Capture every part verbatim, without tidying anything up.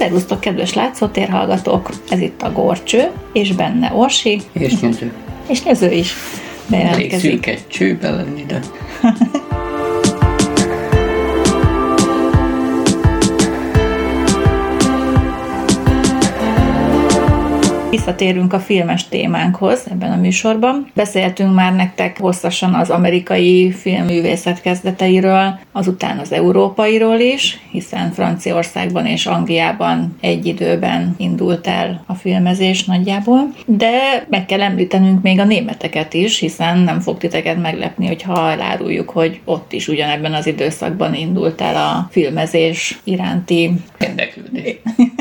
Szervusztok, kedves látszótérhallgatók! Ez itt a Górcső, és benne Orsi. És Nyöző. És Nyöző is bejelentkezik. Elég szűk egy csőbe lenni, de... Visszatérünk a filmes témánkhoz ebben a műsorban. Beszéltünk már nektek hosszasan az amerikai filmművészet kezdeteiről, azután az európairól is, hiszen Franciaországban és Angliában egy időben indult el a filmezés nagyjából, de meg kell említenünk még a németeket is, hiszen nem fog titeket meglepni, hogyha eláruljuk, hogy ott is ugyanebben az időszakban indult el a filmezés iránti érdeklődés.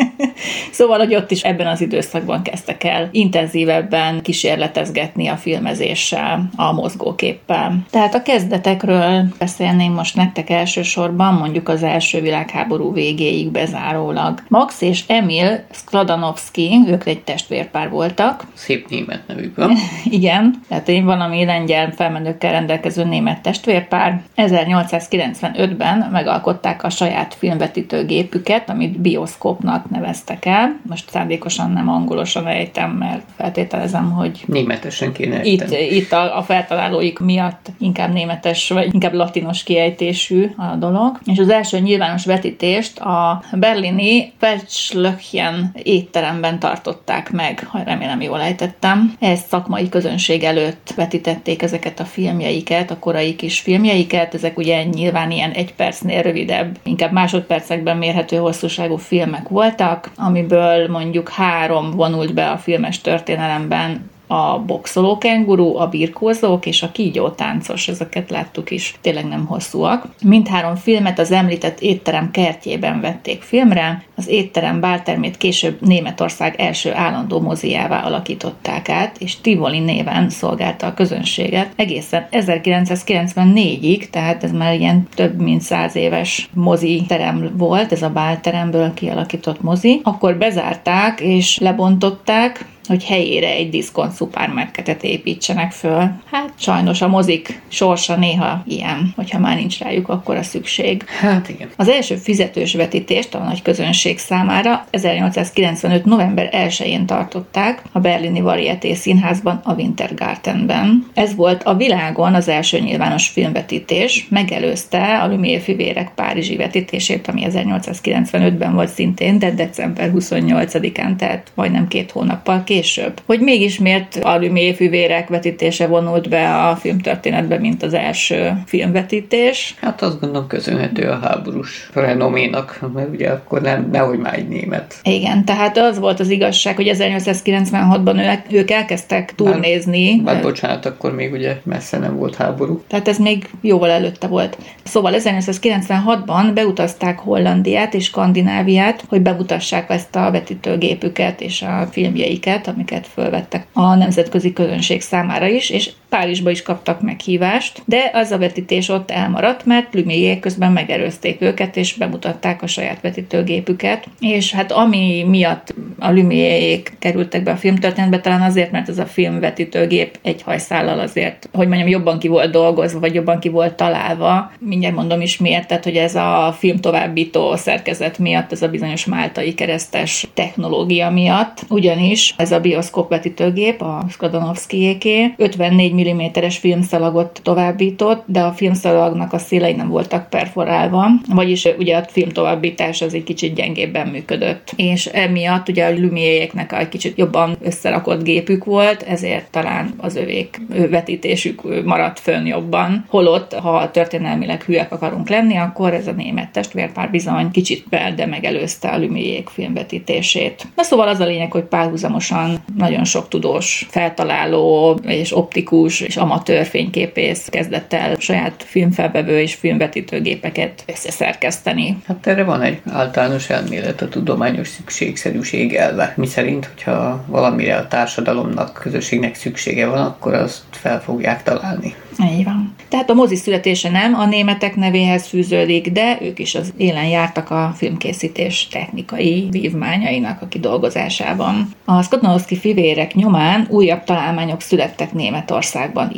Szóval, hogy ott is ebben az időszakban kezdtek el intenzívebben kísérletezgetni a filmezéssel, a mozgóképpel. Tehát a kezdetekről beszélnénk most nektek elsősorban, mondjuk az első világháború végéig bezárólag. Max és Emil Skladanowski, ők egy testvérpár voltak. Szép német nevük van. Igen, tehát egy valami lengyel felmenőkkel rendelkező német testvérpár. ezernyolcszázkilencvenötben megalkották a saját filmvetítőgépüket, amit bioszkópnak neveztek el. Most szándékosan nem angolosan ejtem, mert feltételezem, hogy németesen kéne itt, itt a, a feltalálóik miatt inkább németes, vagy inkább latinos kiejtésű a dolog. És az első nyilvános vetítést a berlini Feldschlöchen étteremben tartották meg, ha remélem jól ejtettem. Ez szakmai közönség előtt vetítették ezeket a filmjeiket, a korai kis filmjeiket. Ezek ugye nyilván ilyen egy percnél rövidebb, inkább másodpercekben mérhető hosszúságú filmek voltak, amiből mondjuk három vonult be a filmes történelemben: a boxoló kenguru, a birkózók és a kígyó táncos, ezeket láttuk is, tényleg nem hosszúak. Mindhárom filmet az említett étterem kertjében vették filmre, az étterem báltermét később Németország első állandó mozijává alakították át, és Tivoli néven szolgálta a közönséget egészen ezerkilencszázkilencvennégyig, tehát ez már ilyen több mint száz éves moziterem volt, ez a bálteremből kialakított mozi. Akkor bezárták és lebontották, hogy helyére egy diszkont szupermarketet építsenek föl. Hát sajnos a mozik sorsa néha ilyen, hogyha már nincs rájuk akkora szükség. Hát igen. Az első fizetős vetítést a nagy közönség számára ezernyolcszázkilencvenöt november elsején tartották a berlini Varieté színházban, a Wintergartenben. Ez volt a világon az első nyilvános filmvetítés, megelőzte a Lumière fivérek párizsi vetítését, ami ezernyolcszázkilencvenötben volt szintén, de december huszonnyolcadikán, tehát majdnem két hónappal később. Hogy mégis miért a Lumière fivérek vetítése vonult be a filmtörténetbe, mint az első filmvetítés? Hát azt gondolom köszönhető a háborús renoménak, mert ugye akkor nem, nehogy már egy német. Igen, tehát az volt az igazság, hogy ezernyolcszázkilencvenhatban ők, ők elkezdtek turnézni. Bár, bár bocsánat, akkor még ugye messze nem volt háború. Tehát ez még jóval előtte volt. Szóval ezernyolcszázkilencvenhatban beutazták Hollandiát és Skandináviát, hogy bemutassák ezt a vetítőgépüket és a filmjeiket, amiket fölvettek a nemzetközi közönség számára is, és Párizsba is kaptak meghívást, de az a vetítés ott elmaradt, mert Lumière közben megerőzték őket, és bemutatták a saját vetítőgépüket, és hát ami miatt a Lumière-ék kerültek be a filmtörténetbe, talán azért, mert ez a filmvetítőgép egy hajszállal azért, hogy mondjam, jobban ki volt dolgozva, vagy jobban ki volt találva. Mindjárt mondom is miért, tehát hogy ez a film továbbító szerkezet miatt, ez a bizonyos máltai keresztes technológia miatt, ugyanis ez a bioszkóp vetítőgép, a Skladanowskiéké ötvennégy milliméteres filmszalagot továbbított, de a filmszalagnak a szélei nem voltak perforálva, vagyis ugye a film továbbítás az egy kicsit gyengébben működött. És emiatt ugye a Lumière-éknek egy kicsit jobban összerakott gépük volt, ezért talán az övék vetítésük maradt fönn jobban. Holott, ha történelmileg hülyek akarunk lenni, akkor ez a német testvérpár bizony kicsit be, de megelőzte a Lumière-ék filmvetítését. Na szóval az a lényeg, hogy párhuzamosan nagyon sok tudós, feltaláló és optikus és amatőr fényképész kezdett el saját filmfelvevő és filmvetítőgépeket összeszerkeszteni. Hát erre van egy általános elmélet, a tudományos szükségszerűség elve, miszerint, hogyha valamire a társadalomnak, közösségnek szüksége van, akkor azt fel fogják találni. Így van. Tehát a mozi születése nem a németek nevéhez fűződik, de ők is az élen jártak a filmkészítés technikai vívmányainak a kidolgozásában. A Skladanowski fivérek nyomán újabb találmányok születtek Németországban is.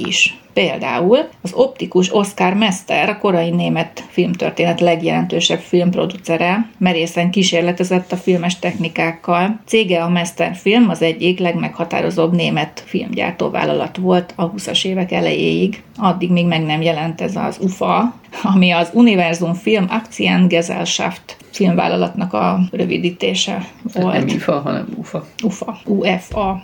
Például az optikus Oskar Mester, a korai német filmtörténet legjelentősebb filmproducere, merészen kísérletezett a filmes technikákkal. Cége a Mester Film az egyik legmeghatározóbb német filmgyártóvállalat volt a húszas évek elejéig, addig még meg nem jelent ez az u ef á, ami az Universum Film Aktiengesellschaft filmvállalatnak a rövidítése volt. Nem i ef á, hanem u ef á. u ef á. u ef á.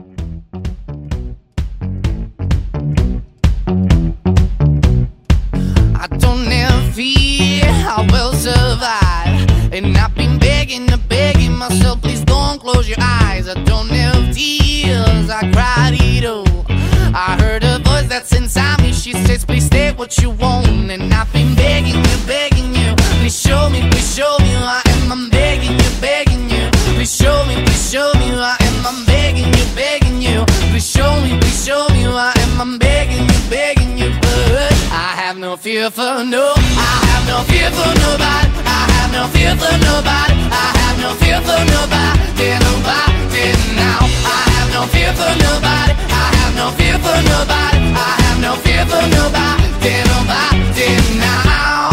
I don't ever feel I will survive, and I've been begging and begging myself, please don't close your eyes. I don't have tears, I cried it all. I heard a voice that's inside me, she says please stay what you want, and I've been begging you, begging you, please show me, please show me who I am. I'm begging you, begging you, please show me, please show me who I am. I'm begging you, begging you, please show me, please show me who I am. I'm begging you, begging you, but I have no fear for no, I have no fear for nobody, I have no fear for nobody, I have no fear for nobody, nobody now. I have no fear for nobody, I have no fear for nobody, I have no fear for nobody, nobody now.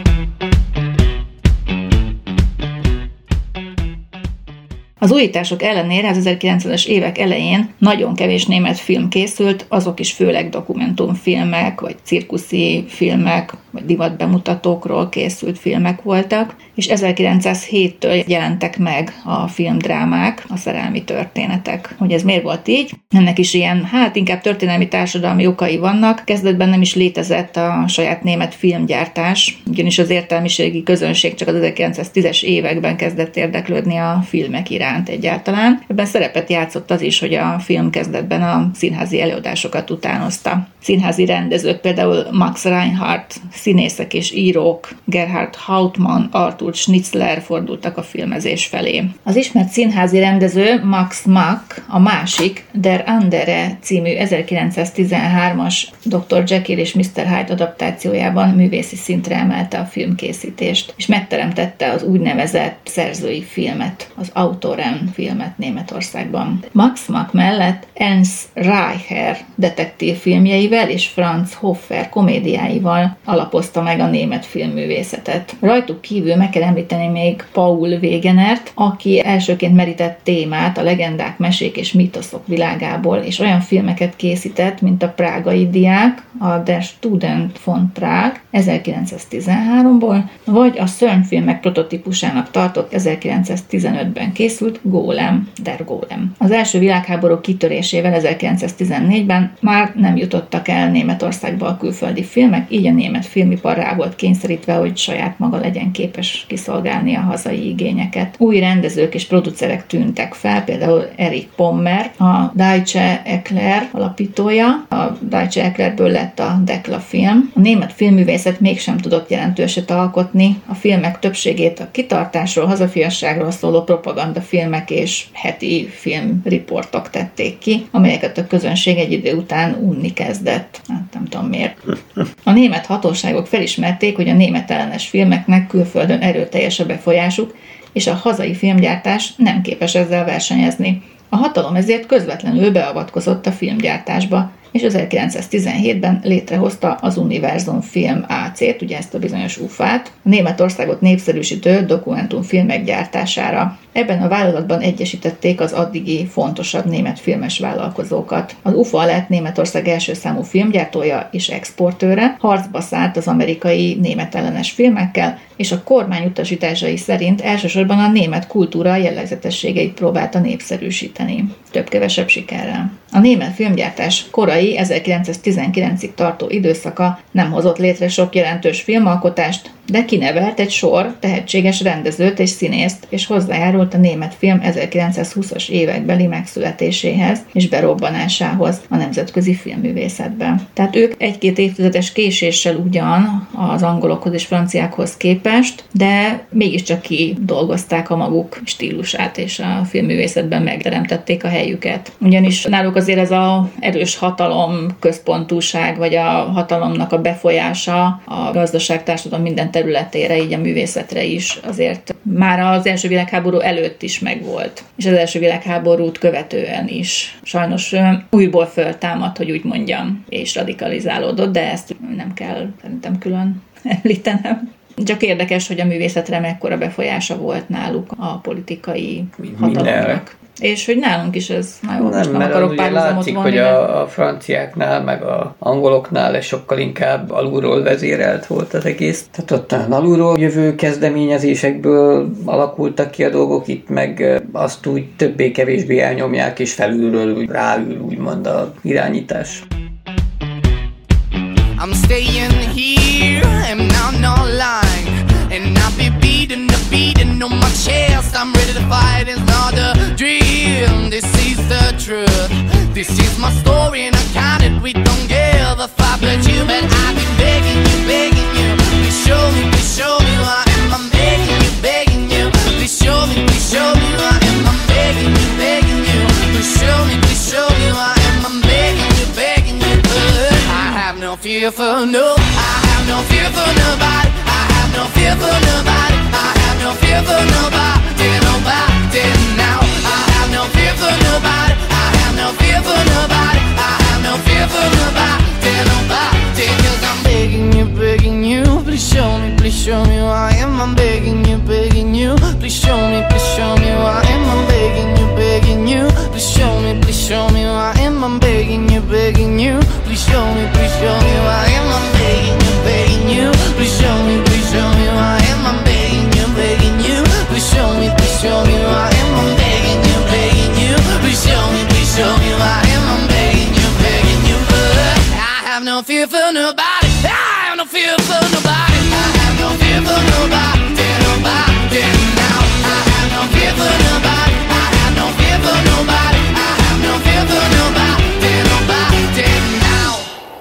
Az újítások ellenére az ezerkilencszázas évek elején nagyon kevés német film készült, azok is főleg dokumentumfilmek, vagy cirkuszi filmek, vagy divatbemutatókról készült filmek voltak, és ezerkilencszázhéttől jelentek meg a filmdrámák, a szerelmi történetek. Hogy ez miért volt így? Ennek is ilyen, hát inkább történelmi társadalmi okai vannak. Kezdetben nem is létezett a saját német filmgyártás, ugyanis az értelmiségi közönség csak az ezerkilencszáztízes években kezdett érdeklődni a filmek iránt egyáltalán. Ebben szerepet játszott az is, hogy a film kezdetben a színházi előadásokat utánozta. Színházi rendezők, például Max Reinhardt, színészek és írók, Gerhard Hauptmann, Arthur Schnitzler fordultak a filmezés felé. Az ismert színházi rendező Max Mack a másik Der Andere című ezerkilencszáztizenhármas doktor Jekyll és miszter Hyde adaptációjában művészi szintre emelte a filmkészítést, és megteremtette az úgynevezett szerzői filmet, az Autoren filmet Németországban. Max Mack mellett Ernst Reicher detektív filmjeivel és Franz Hoffer komédiáival alapozta meg a német filmművészetet. Rajtuk kívül meg kell említeni még Paul Wegenert, aki elsőként merített témát a legendák, mesék és mítoszok világából, és olyan filmeket készített, mint a Prágai diák, a Der Student von Prag ezerkilencszáztizenháromból, vagy a Szörny filmek prototípusának tartott ezerkilencszáztizenötben készült Golem, Der Golem. Az első világháború kitörésével ezerkilencszáztizennégyben már nem jutottak el Németországba a külföldi filmek, így a német filmipar rá volt kényszerítve, hogy saját maga legyen képes kiszolgálni a hazai igényeket. Új rendezők és producerek tűntek fel, például Erich Pommer, a Deutsche Ekler alapítója, a Deutsche Eklerből lett a Dekla film. A német filmművészet mégsem tudott jelentőset alkotni, a filmek többségét a kitartásról, hazafiasságról szóló propagandafilmek és heti filmriportok tették ki, amelyeket a közönség egy idő után unni kezdett. Hát nem tudom miért. A német hatóságok felismerték, hogy a német ellenes filmeknek külföldön erőteljes a befolyásuk, és a hazai filmgyártás nem képes ezzel versenyezni. A hatalom ezért közvetlenül beavatkozott a filmgyártásba, és ezerkilencszáztizenhétben létrehozta az Universum Film á cét, ugye ezt a bizonyos u ef á-t, a Németországot népszerűsítő dokumentumfilmek gyártására. Ebben a vállalatban egyesítették az addigi fontosabb német filmes vállalkozókat. Az u ef á lett Németország első számú filmgyártója és exportőre, harcba szállt az amerikai német ellenes filmekkel, és a kormány utasításai szerint elsősorban a német kultúra jellegzetességeit próbálta népszerűsíteni. Több-kevesebb sikerrel. A német filmgyártás korai ezerkilencszáztizenkilencig tartó időszaka nem hozott létre sok jelentős filmalkotást, de kinevelt egy sor tehetséges rendezőt és színészt, és hozzájárult a német film ezerkilencszázhúszas évekbeli megszületéséhez és berobbanásához a nemzetközi filmművészetbe. Tehát ők egy-két évtizedes késéssel ugyan az angolokhoz és franciákhoz képest, de mégiscsak kidolgozták a maguk stílusát, és a filmművészetben megteremtették a helyüket. Ugyanis náluk azért ez az erős hatalom központúság, vagy a hatalomnak a befolyása a gazdaság, társadalom minden területére, így a művészetre is azért már az első világháború előtt is megvolt, és az első világháborút követően is. Sajnos újból föltámad, hogy úgy mondjam, és radikalizálódott, de ezt nem kell szerintem külön említenem. Csak érdekes, hogy a művészetre mekkora befolyása volt náluk a politikai hatalomnak. És hogy nálunk is ez, na jó, most nem, nem akarok párhuzamot látszik, vonni, hogy de... a, a franciáknál, meg a angoloknál ez sokkal inkább alulról vezérelt volt az egész. Tehát ott alulról jövő kezdeményezésekből alakultak ki a dolgok, itt meg azt úgy többé-kevésbé elnyomják, és felülről úgy ráül úgymond a irányítás. I'm staying here and I'm not lying, and I'll be beating the beating on my chest. I'm ready to fight, it's not a dream, this is the truth. This is my story and I count it, we don't give a fuck about you. But I've been begging you, begging you, please show me, please show me who I am. I'm begging you, begging you, please show me, please show me who I am. I'm begging you, begging you, please show me, please show me who I am. I'm begging you, begging you, but I have no fear for no, I have no fear for nobody. I have no fear for nobody. I have no fear for nobody, nobody now. I have no fear for nobody. I have no fear for nobody. I have no fear for nobody, nobody. Cause I'm begging you, begging you, please show me, please show me who I am. I'm begging you, begging you, please show me, please show me who I am. I'm begging you, begging you, please show me, please show me who I am. I'm begging you, begging you, please show me, please show me who I am. I'm begging you, begging you, please show me, please show me who I am. I'm begging you, begging you, please show me, please show me who I am. I'm begging you, begging you, please show me, please show me who I am. I'm begging you, begging you, but I have no fear for nobody. I have no fear for nobody. I have no fear for nobody, nobody now. I have no fear for nobody. I have no fear for nobody. I have no fear for nobody, nobody now.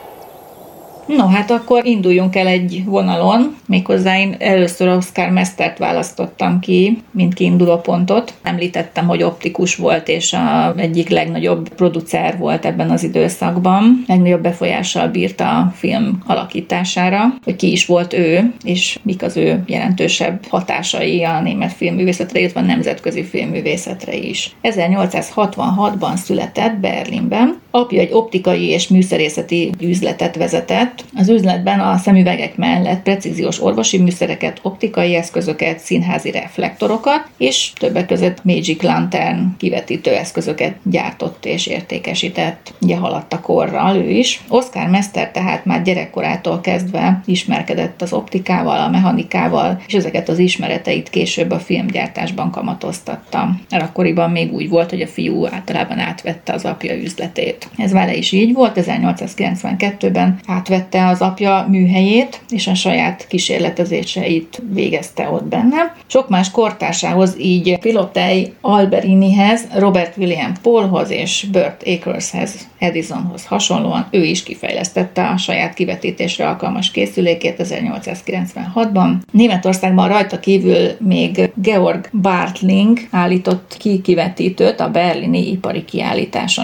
No, hát akkor induljunk el egy vonalon, méghozzá én először Oscar Mestert választottam ki, mint kiinduló pontot. Említettem, hogy optikus volt, és a egyik legnagyobb producer volt ebben az időszakban. Legnagyobb befolyással bírt a film alakítására, hogy ki is volt ő, és mik az ő jelentősebb hatásai a német filmművészetre, illetve a nemzetközi filmművészetre is. ezernyolcszázhatvanhatban született Berlinben. Apja egy optikai és műszerészeti üzletet vezetett. Az üzletben a szemüvegek mellett precíziós orvosi műszereket, optikai eszközöket, színházi reflektorokat, és többek között Magic Lantern kivetítő eszközöket gyártott és értékesített. Ugye haladt a korral ő is. Oscar Mester tehát már gyerekkorától kezdve ismerkedett az optikával, a mechanikával, és ezeket az ismereteit később a filmgyártásban kamatoztatta. Akkoriban még úgy volt, hogy a fiú általában átvette az apja üzletét. Ez vele is így volt, ezernyolcszázkilencvenkettőben átvette az apja műhelyét, és a saját kísérletezéseit végezte ott benne. Sok más kortársához, így Pilotei Alberinihez, Robert William Paulhoz és Burt Akershez, Edisonhoz hasonlóan ő is kifejlesztette a saját kivetítésre alkalmas készülékét ezernyolcszázkilencvenhatban. Németországban rajta kívül még Georg Bartling állított ki kivetítőt a berlini ipari kiállításon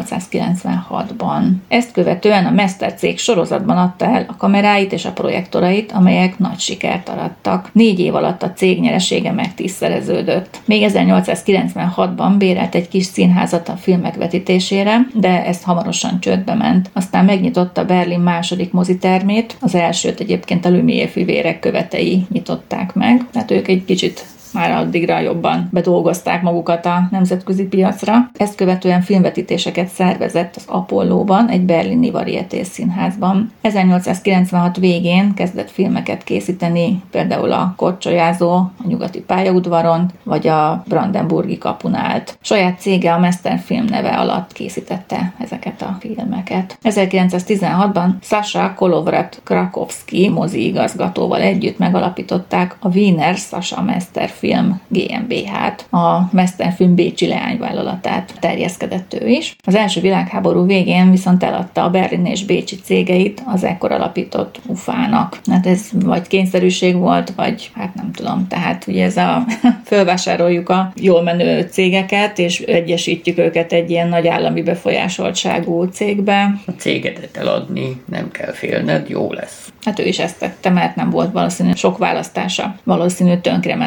ezernyolcszázkilencvenhatban. Ezt követően a Mester cég sorozatban adta el a kameráit és a projektorait, amelyek nagy sikert arattak. Négy év alatt a cég nyeresége megtízszereződött. Még ezernyolcszázkilencvenhatban bérelt egy kis színházat a filmek vetítésére, de ez hamarosan csődbe ment. Aztán megnyitotta Berlin második mozitermét, az elsőt egyébként a Lumière fivérek követei nyitották meg. Tehát ők egy kicsit már addigra jobban bedolgozták magukat a nemzetközi piacra. Ezt követően filmvetítéseket szervezett az Apollóban, egy berlini varietés színházban. ezernyolcszázkilencvenhat végén kezdett filmeket készíteni, például a Korcsolyázó a nyugati pályaudvaron, vagy a Brandenburgi kapun állt. Saját cége a Mester film neve alatt készítette ezeket a filmeket. ezerkilencszáztizenhatban Sasha Kolovrat Krakowski mozi igazgatóval együtt megalapították a Wiener Sasha Mester Film gé em bé há-t, a Mesterfilm bécsi leányvállalatát terjeszkedett ő is. Az első világháború végén viszont eladta a berlini és bécsi cégeit az ekkor alapított u ef á-nak. Hát ez vagy kényszerűség volt, vagy hát nem tudom. Tehát ugye ez a fölvásároljuk a jól menő cégeket, és egyesítjük őket egy ilyen nagy állami befolyásoltságú cégbe. A cégedet eladni nem kell félned, jó lesz. Hát ő is ezt tette, mert nem volt valószínű sok választása. Valószínű tönkrement volna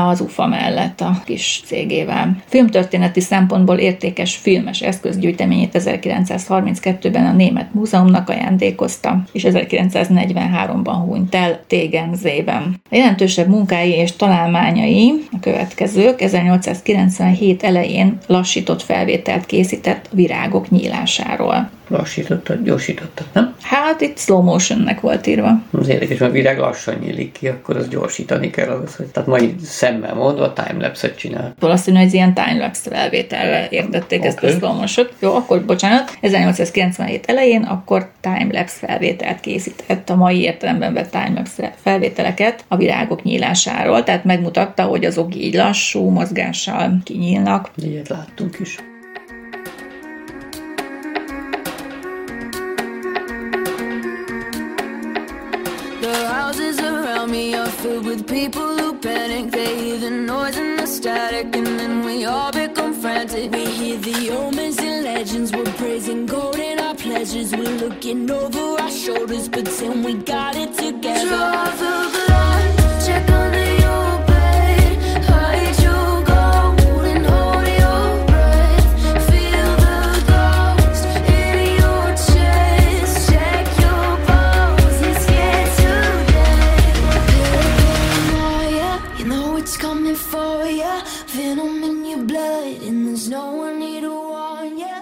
az u ef á mellett a kis cégével. Filmtörténeti szempontból értékes filmes eszközgyűjteményét ezerkilencszázharminckettőben a Német Múzeumnak ajándékozta, és ezerkilencszáznegyvenháromban hunyt el Tegernseeben. A jelentősebb munkái és találmányai a következők. ezernyolcszázkilencvenhét elején lassított felvételt készített a virágok nyílásáról. Lassítottat, gyorsítottat, nem? Hát itt slow motionnek volt írva. Az érdekes, mert a virág lassan nyílik ki, akkor az gyorsítani kell ahhoz, hogy... Tehát majd szemmel mondva timelapse-et csinál. Valószínű, hogy ez ilyen timelapse felvételre értették okay. ezt a slow motion-t. Jó, akkor bocsánat, ezernyolcszázkilencvenhét elején akkor timelapse felvételt készített, a mai értelemben vett timelapse felvételeket a virágok nyílásáról, tehát megmutatta, hogy azok így lassú mozgással kinyílnak. Ilyet láttunk is. Me are filled with people who panic. They hear the noise and the static, and then we all become frantic. We hear the omens and legends. We're praising gold in our pleasures. We're looking over our shoulders, pretend we got it together. Draw the blood, check on the old bed. Hide your gold and hold your breath. Feel the ghost in your chest. Check your bones and scared to you know it's coming for ya. Venom in your blood, and there's no one here to warn ya.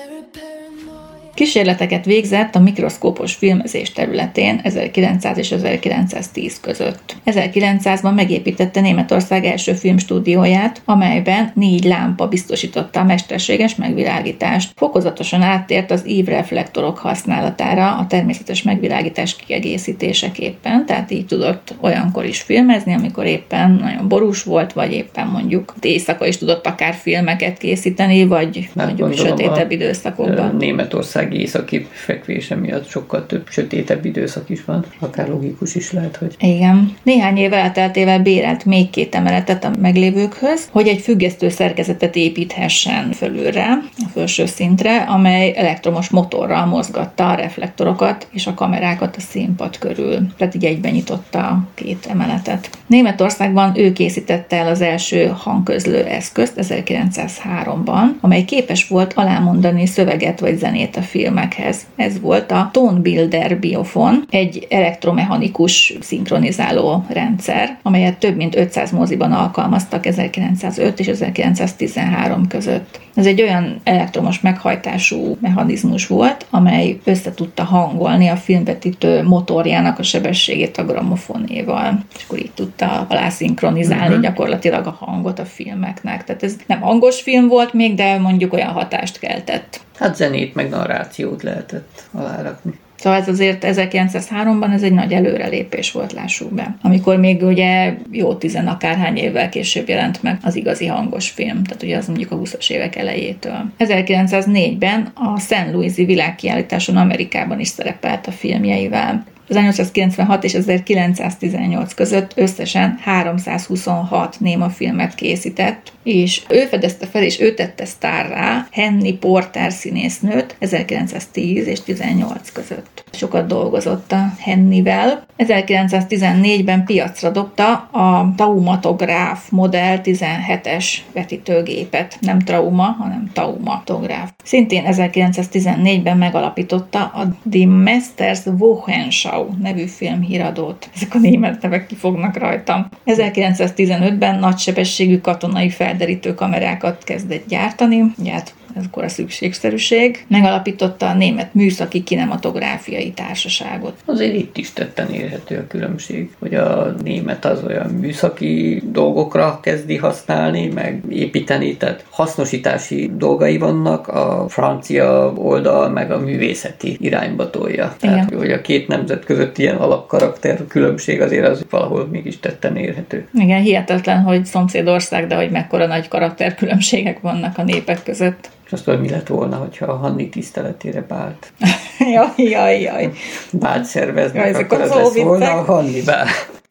Paranoia. Kísérleteket végzett a mikroszkópos filmezés területén ezerkilencszáz és ezerkilencszáztíz között. ezerkilencszázban megépítette Németország első filmstúdióját, amelyben négy lámpa biztosította a mesterséges megvilágítást. Fokozatosan áttért az ívreflektorok használatára a természetes megvilágítás kiegészítéseképpen, tehát így tudott olyankor is filmezni, amikor éppen nagyon borús volt, vagy éppen mondjuk éjszaka is tudott akár filmeket készíteni, vagy hát mondjuk sötétebb időszakokban. Németország északi fekvése miatt sokkal több sötétebb időszak is van. Akár logikus is lehet, hogy... Igen. Néhány év elteltével bérelt még két emeletet a meglévőkhöz, hogy egy függesztő szerkezetet építhessen fölülre, a felső szintre, amely elektromos motorral mozgatta a reflektorokat és a kamerákat a színpad körül. Tehát így egyben nyitotta a két emeletet. Németországban ő készítette el az első hangközlő eszközt ezerkilencszázháromban, amely képes volt alámondani szöveget vagy zenét a filmekhez. Ez volt a Tonbilder Biofon, egy elektromechanikus szinkronizáló rendszer, amelyet több mint ötszáz moziban alkalmaztak ezerkilencszázöt és ezerkilencszáztizenhárom között. Ez egy olyan elektromos meghajtású mechanizmus volt, amely össze tudta hangolni a filmvetítő motorjának a sebességét a gramofonéval, és akkor így tudta alászinkronizálni uh-huh. gyakorlatilag a hangot a filmeknek. Tehát ez nem hangos film volt még, de mondjuk olyan hatást keltett. Hát zenét meg narrációt lehetett alárakni. Szóval ez azért ezerkilencszázháromban ez egy nagy előrelépés volt, lássuk be. Amikor még ugye jó tizen akárhány évvel később jelent meg az igazi hangos film, tehát ugye az mondjuk a húszas évek elejétől. ezerkilencszáznégyben a Saint Louis-i világkiállításon Amerikában is szerepelt a filmjeivel. ezernyolcszázkilencvenhat és ezerkilencszáztizennyolc között összesen háromszázhuszonhat némafilmet készített, és ő fedezte fel, és ő tette sztárrá Henny Porter színésznőt ezerkilencszáztíz és tizennyolc között. Sokat dolgozott a Hennyvel. ezerkilencszáztizennégyben piacra dobta a Taumatográf modell tizenhetes vetítőgépet. Nem trauma, hanem Taumatográf. Szintén ezerkilencszáztizennégyben megalapította a Die Mesters Wochenschau nevű filmhíradót. Ezek a német nevek kifognak rajtam. ezerkilencszáztizenötben nagysebességű katonai felderítő kamerákat kezdett gyártani. Ugye hát ez akkor a szükségszerűség. Megalapította a Német Műszaki Kinematográfiai Társaságot. Azért itt is tetten érhető a különbség, hogy a német az olyan műszaki dolgokra kezdi használni, meg építeni, tehát hasznosítási dolgai vannak, a francia oldal meg a művészeti irányba tolja. Tehát, hogy a két nemzet között ilyen alapkarakter különbség azért az valahol mégis tetten érhető. Igen, hihetetlen, hogy szomszédország, de hogy mekkora nagy karakterkülönbségek vannak a népek között. És azt tudod, mi lett volna, hogyha a Hanni tiszteletére bált. jaj, jaj, jaj. Bált szerveznek, jaj, akkor az lesz volna a Hannibál.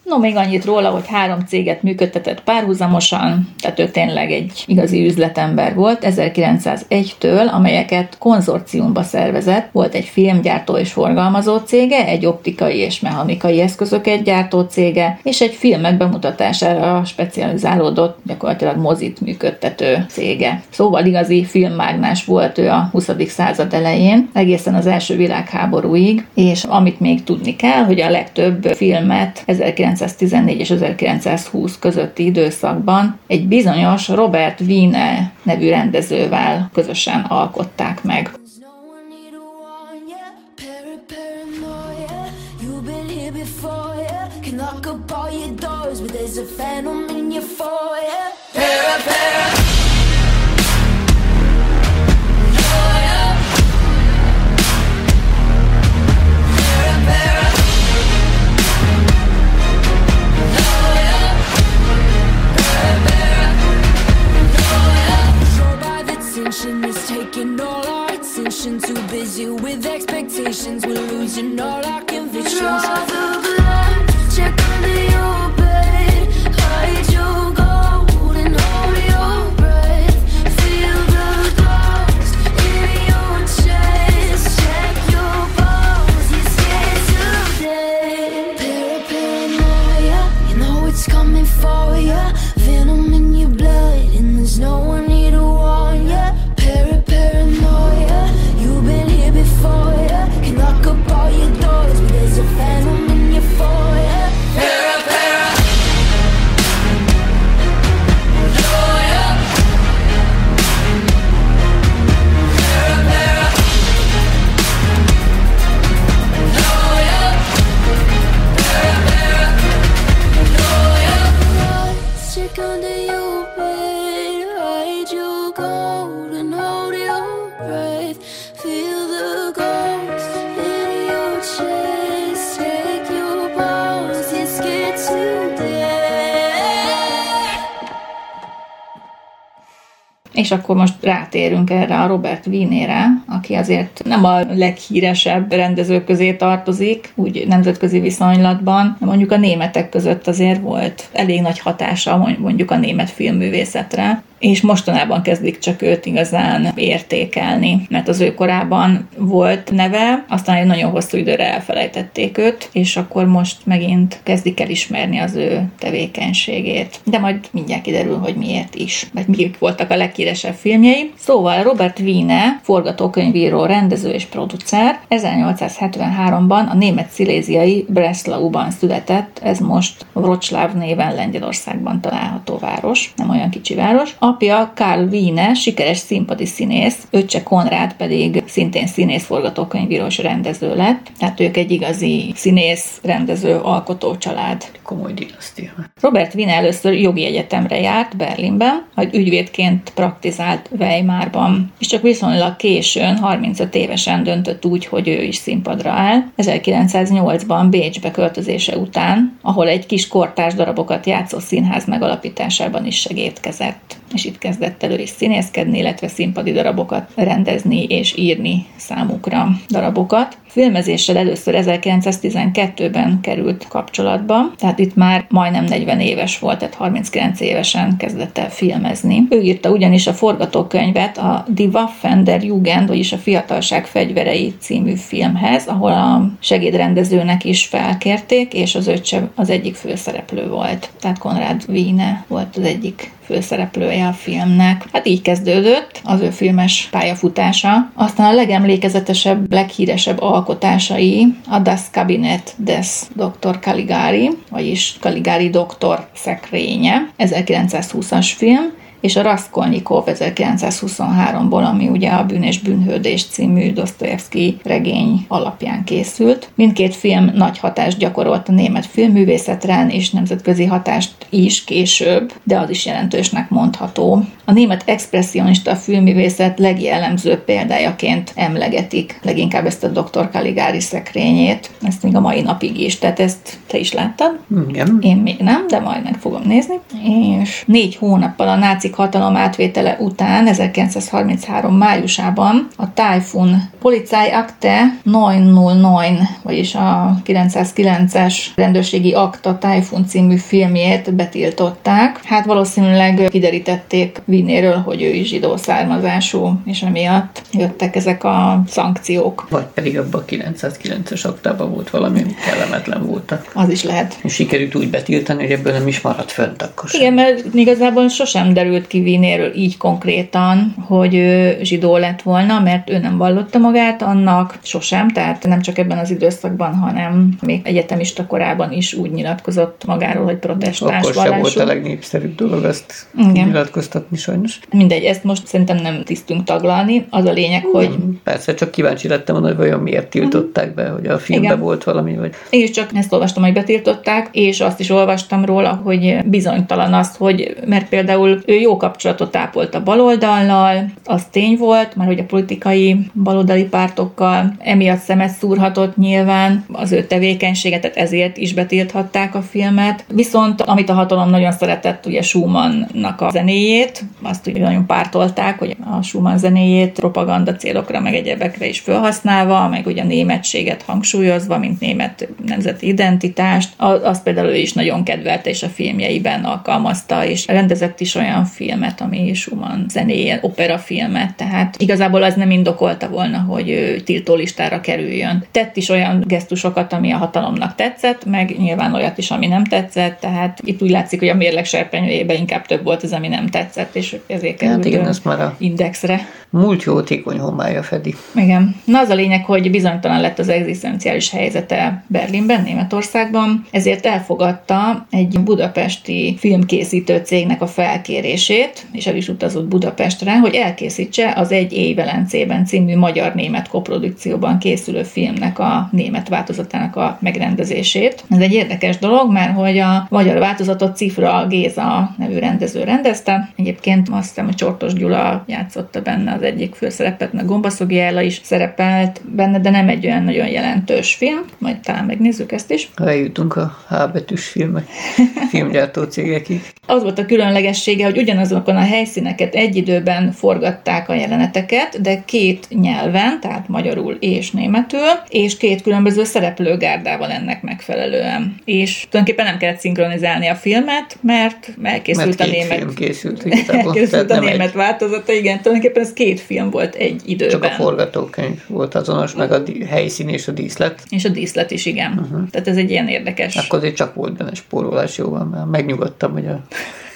No, még annyit róla, hogy három céget működtetett párhuzamosan, tehát ő tényleg egy igazi üzletember volt. ezerkilencszázegytől, amelyeket konzorciumba szervezett, volt egy filmgyártó és forgalmazó cége, egy optikai és mechanikai eszközöket gyártó cége, és egy filmek bemutatására specializálódott, gyakorlatilag mozit működtető cége. Szóval igazi filmmágnás volt ő a huszadik század elején, egészen az első világháborúig, és amit még tudni kell, hogy a legtöbb filmet ezerkilencszáztizennégy és ezerkilencszázhúsz közötti időszakban egy bizonyos Robert Wiene nevű rendezővel közösen alkották meg. Is taking all our attention, too busy with expectations, we're losing all our convictions. Draw the blood, check under your bed, hide your gold and hold your breath. Feel the ghost in your chest, check your pulse, you're scared to death. Paranoia, you know it's coming for ya. Venom in your blood and there's no one here to warn ya. Paranoia, you've been here before, ya. Can knock up all your doors, but there's a phantom in your foyer. Para, para. Paranoia. Para, para. Paranoia. Para, para. Paranoia. Stick under your bed, hide your gold and hold your breath. Feel the ghost in your chest, take your pulse, you're scared to death. És akkor most rátérünk erre a Robert Wienére, aki azért nem a leghíresebb rendezők közé tartozik, úgy nemzetközi viszonylatban, de mondjuk a németek között azért volt elég nagy hatása mondjuk a német filmművészetre, és mostanában kezdik csak őt igazán értékelni, mert az ő korában volt neve, aztán egy nagyon hosszú időre elfelejtették őt, és akkor most megint kezdik el ismerni az ő tevékenységét. De majd mindjárt kiderül, hogy miért is, vagy mik voltak a leghíresebb filmjei. Szóval Robert Wiene, forgatókönyvíró, rendező és producer, ezernyolcszázhetvenháromban a német sziléziai Breslauban született, ez most Wroclaw néven Lengyelországban található város, nem olyan kicsi város. Apja Karl Wiene, sikeres színpadi színész, öccse Konrád pedig szintén színész, forgatókönyvíró és rendező lett. Tehát ők egy igazi színész, rendező, alkotó család. Komoly dinasztia. Robert Wiene először jogi egyetemre járt Berlinben, majd ügyvédként praktizált Weimarban, és csak viszonylag későn, harmincöt évesen döntött úgy, hogy ő is színpadra áll. ezerkilencszáznyolcban Bécsbe költözése után, ahol egy kis kortárs darabokat játszó színház megalapításában is segédkezett. És itt kezdett elő is színészkedni, illetve színpadi darabokat rendezni és írni számukra darabokat. Filmezéssel először ezerkilencszáztizenkettőben került kapcsolatba, tehát itt már majdnem negyven éves volt, tehát harminckilenc évesen kezdett el filmezni. Ő írta ugyanis a forgatókönyvet a Die Waffen der Jugend, vagyis a Fiatalság fegyverei című filmhez, ahol a segédrendezőnek is felkérték, és az öccse az egyik főszereplő volt. Tehát Konrád Wiene volt az egyik főszereplője a filmnek. Hát így kezdődött az ő filmes pályafutása. Aztán a legemlékezetesebb, leghíresebb alkotásai a Das Kabinett des doktor Caligari, vagyis Caligari doktor szekrénye, ezerkilencszázhúszas film, és a Raskolnikov ezerkilencszázhuszonháromból, ami ugye a Bűn és bűnhődés című Dosztojevszky regény alapján készült. Mindkét film nagy hatást gyakorolt a német filmművészetre, és nemzetközi hatást is később, de az is jelentősnek mondható. A német expresszionista filmművészet legjellemzőbb példájaként emlegetik leginkább ezt a doktor Caligari szekrényét, ezt még a mai napig is, tehát ezt te is láttad? Igen. Én még nem, de majd meg fogom nézni. És négy hónappal a nácik hatalom átvétele után, ezerkilencszázharminchárom májusában a Tájfun Polizeiakte kilencszázkilenc, vagyis a kilencszázkilences rendőrségi akta Tájfun című filmjét betiltották. Hát valószínűleg kiderítették Wienéről, hogy ő is zsidó származású, és emiatt jöttek ezek a szankciók. Vagy pedig abban a kilencszázkilences aktában volt valami, ami kellemetlen voltak. Az is lehet. És sikerült úgy betiltani, hogy ebből nem is maradt fönt akkor sem. Igen, mert igazából sosem derült ki Wienéről így konkrétan, hogy ő zsidó lett volna, mert ő nem vallotta magát annak sosem, tehát nem csak ebben az időszakban, hanem még egyetemista korában is úgy nyilatkozott magáról, hogy protestáns akkor vallású. sem volt a legnépszerűbb dolog azt Igen. nyilatkoztatni sajnos. Mindegy, ezt most szerintem nem tisztünk taglalni. Az a lényeg, hogy... Persze, csak kíváncsi lettem volna, hogy vajon miért tiltották be, hogy a filmben Igen. volt valami, vagy... Én is csak ezt olvastam, hogy betiltották, és azt is olvastam róla, hogy bizonytalan az, hogy mert például ő jó kapcsolatot ápolt a baloldallal, az tény volt, már hogy a politikai baloldali pártokkal emiatt szemet szúrhatott nyilván az ő tevékenységet, tehát ezért is betilthatták a filmet. Viszont amit a hatalom nagyon szeretett, ugye Schumannnak a zenéjét, azt ugye nagyon pártolták, hogy a Schumann zenéjét propaganda célokra, meg egyebekre is felhasználva, meg ugye a németséget hangsúlyozva, mint német nemzeti identitást. Azt például ő is nagyon kedvelte, és a filmjeiben alkalmazta, és rendezett is olyan filmet, ami Schumann zenéje, operafilmet, tehát igazából az nem indokolta volna, hogy ő tiltólistára kerüljön. Tett is olyan gesztusokat, ami a hatalomnak tetszett, meg nyilván olyat is, ami nem tetszett, tehát itt úgy látszik, hogy a mérleg serpenyőjében inkább több volt az, ami nem tetszett, és ezért került hát igen, ez már a indexre. múlt jótékony homályja fedi. Igen. Na az a lényeg, hogy bizonytalan lett az egzisztenciális helyzete Berlinben, Németországban, ezért elfogadta egy budapesti filmkészítő cégnek a felkérését, és el is utazott Budapestre, hogy elkészítse az Egy éj Velencében című magyar-német koprodukcióban készülő filmnek a német változatának a megrendezését. Ez egy érdekes dolog, mert hogy a magyar változatot Cifra Géza nevű rendező rendezte. Egyébként azt hiszem, hogy Csortos Gyula játszotta benne az egyik főszerepet, meg Gombaszogi Ella is szerepelt benne, de nem egy olyan nagyon jelentős film. Majd talán megnézzük ezt is. Eljutunk a H betűs filmek, filmgyártó cégekig. Az volt a különlegessége, hogy ugyanazokon a helyszíneket egy időben forgatták a jeleneteket, de két nyelven, tehát magyarul és németül, és két különböző szereplőgárdával ennek megfelelően. És tulajdonképpen nem kellett szinkronizálni a filmet, mert elkészült mert a német. Film készült, igazából. elkészült a német egy... változata, igen, tulajdonképpen ez két film volt egy időben. Csak a forgatókönyv volt azonos, meg a helyszín és a díszlet. És a díszlet is, igen. Uh-huh. Tehát ez egy ilyen érdekes. Akkor azért csak volt benne spórolás, jóval, mert megnyugodtam, hogy a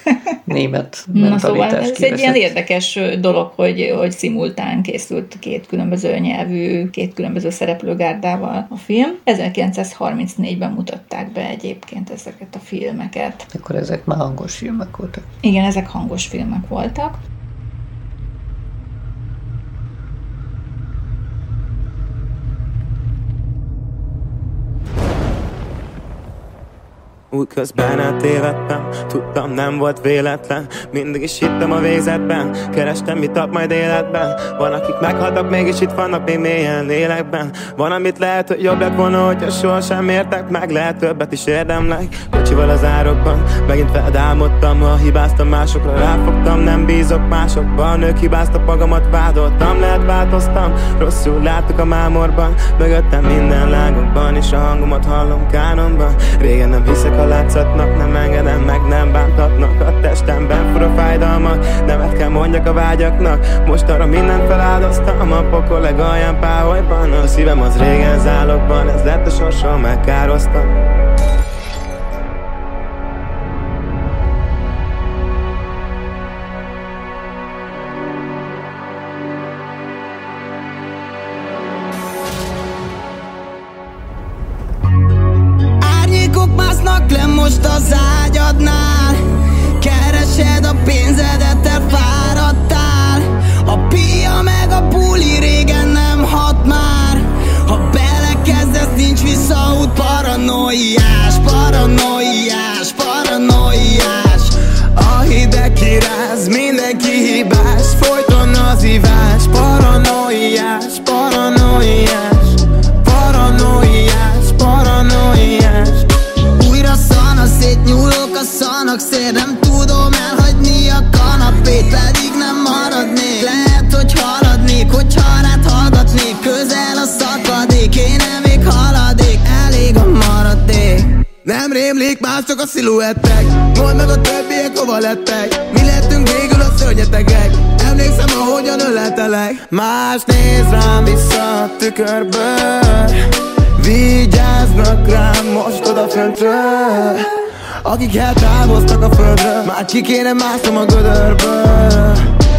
német Na szóval ez kiveszett. egy ilyen érdekes dolog, hogy, hogy szimultán készült két különböző nyelvű, két különböző szereplőgárdával a film. ezerkilencszázharmincnégyben mutatták be egyébként ezeket a filmeket. Akkor ezek már hangos filmek voltak. Igen, ezek hangos filmek voltak. Útközben eltévedtem, tudtam nem volt véletlen. Mindig is hittem a végzetben, kerestem mit ad majd életben. Van akik meghaltak, mégis itt vannak még mélyen lélekben. Van amit lehet, hogy jobb lett volna, hogyha sohasem értek meg. Lehet többet is érdemlek, kocsival az árokban. Megint feldámodtam, ha hibáztam másokra, ráfogtam, nem bízok másokban. Ők hibáztak, magamat vádoltam, lehet változtam. Rosszul láttuk a mámorban, mögöttem minden lángokban, és a hangomat hallom kánonban. Régen nem hiszek a látszatnak, nem engedem meg, nem bántatnak. A testemben fura fájdalmak, nemet kell mondjak a vágyaknak. Most arra mindent feláldoztam, a pokol legalján páholyban. A szívem az régen zálogban, ez lett a sorsom, megkároztam. Le most az ágyadnál, keresed a pénzedet, elfáradtál. A pia meg a buli régen nem hat már. Ha belekezdesz, nincs visszaút. Paranoiás, paranoiás, paranoiás. A hideg kiráz, mindenki hibás, folyton az ivás. Paranoiás, paranoiás, paranoiás. vannak szél, nem tudom elhagyni a kanapét, pedig nem maradnék. Lehet, hogy haladnék, hogyha rád hallgatnék. Közel a szakadék, én nem még haladék, elég a maradék. Nem rémlik, más csak a sziluettek. Mondd meg a többiek hova lettek. Mi lettünk végül a szörnyetegek. Emlékszem, ahogyan öleltelek. Más néz rám vissza a tükörből. Vigyáznak rám most odaföntről, akik eltávoztak a földről. Már ki kéne másznom a gödörből.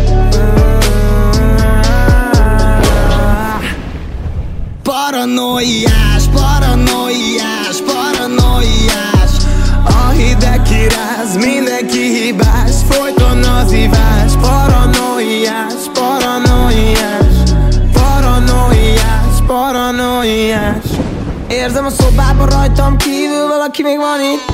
Paranoiás, paranoiás, paranoiás. A hideg kiráz, mindenki hibás. Folyton az ivás. Paranoiás, paranoiás, paranoiás, paranoiás. Érzem a szobában rajtam kívül valaki még van itt.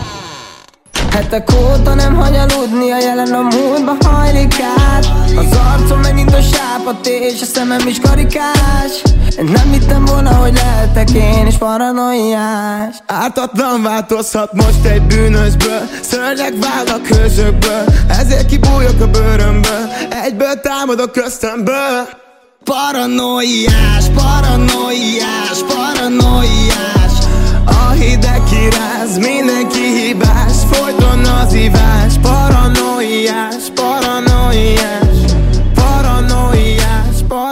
Hetek óta nem hagy aludni, a jelen a múltba hajlik át. Az arcom megint a sápat és a szemem is karikás. Nem hittem volna, hogy lehetek én is paranoiás. Ártatlan változhat most egy bűnösből. Szörnyek válnak hősökből, ezért kibújok a bőrömből. Egyből támadok köztömből. Paranoiás, paranoiás, paranoiás. A hideg kiráz, mindenki hibás. Folyton az ivás. Paranoiás, paranoiás, paranoiás,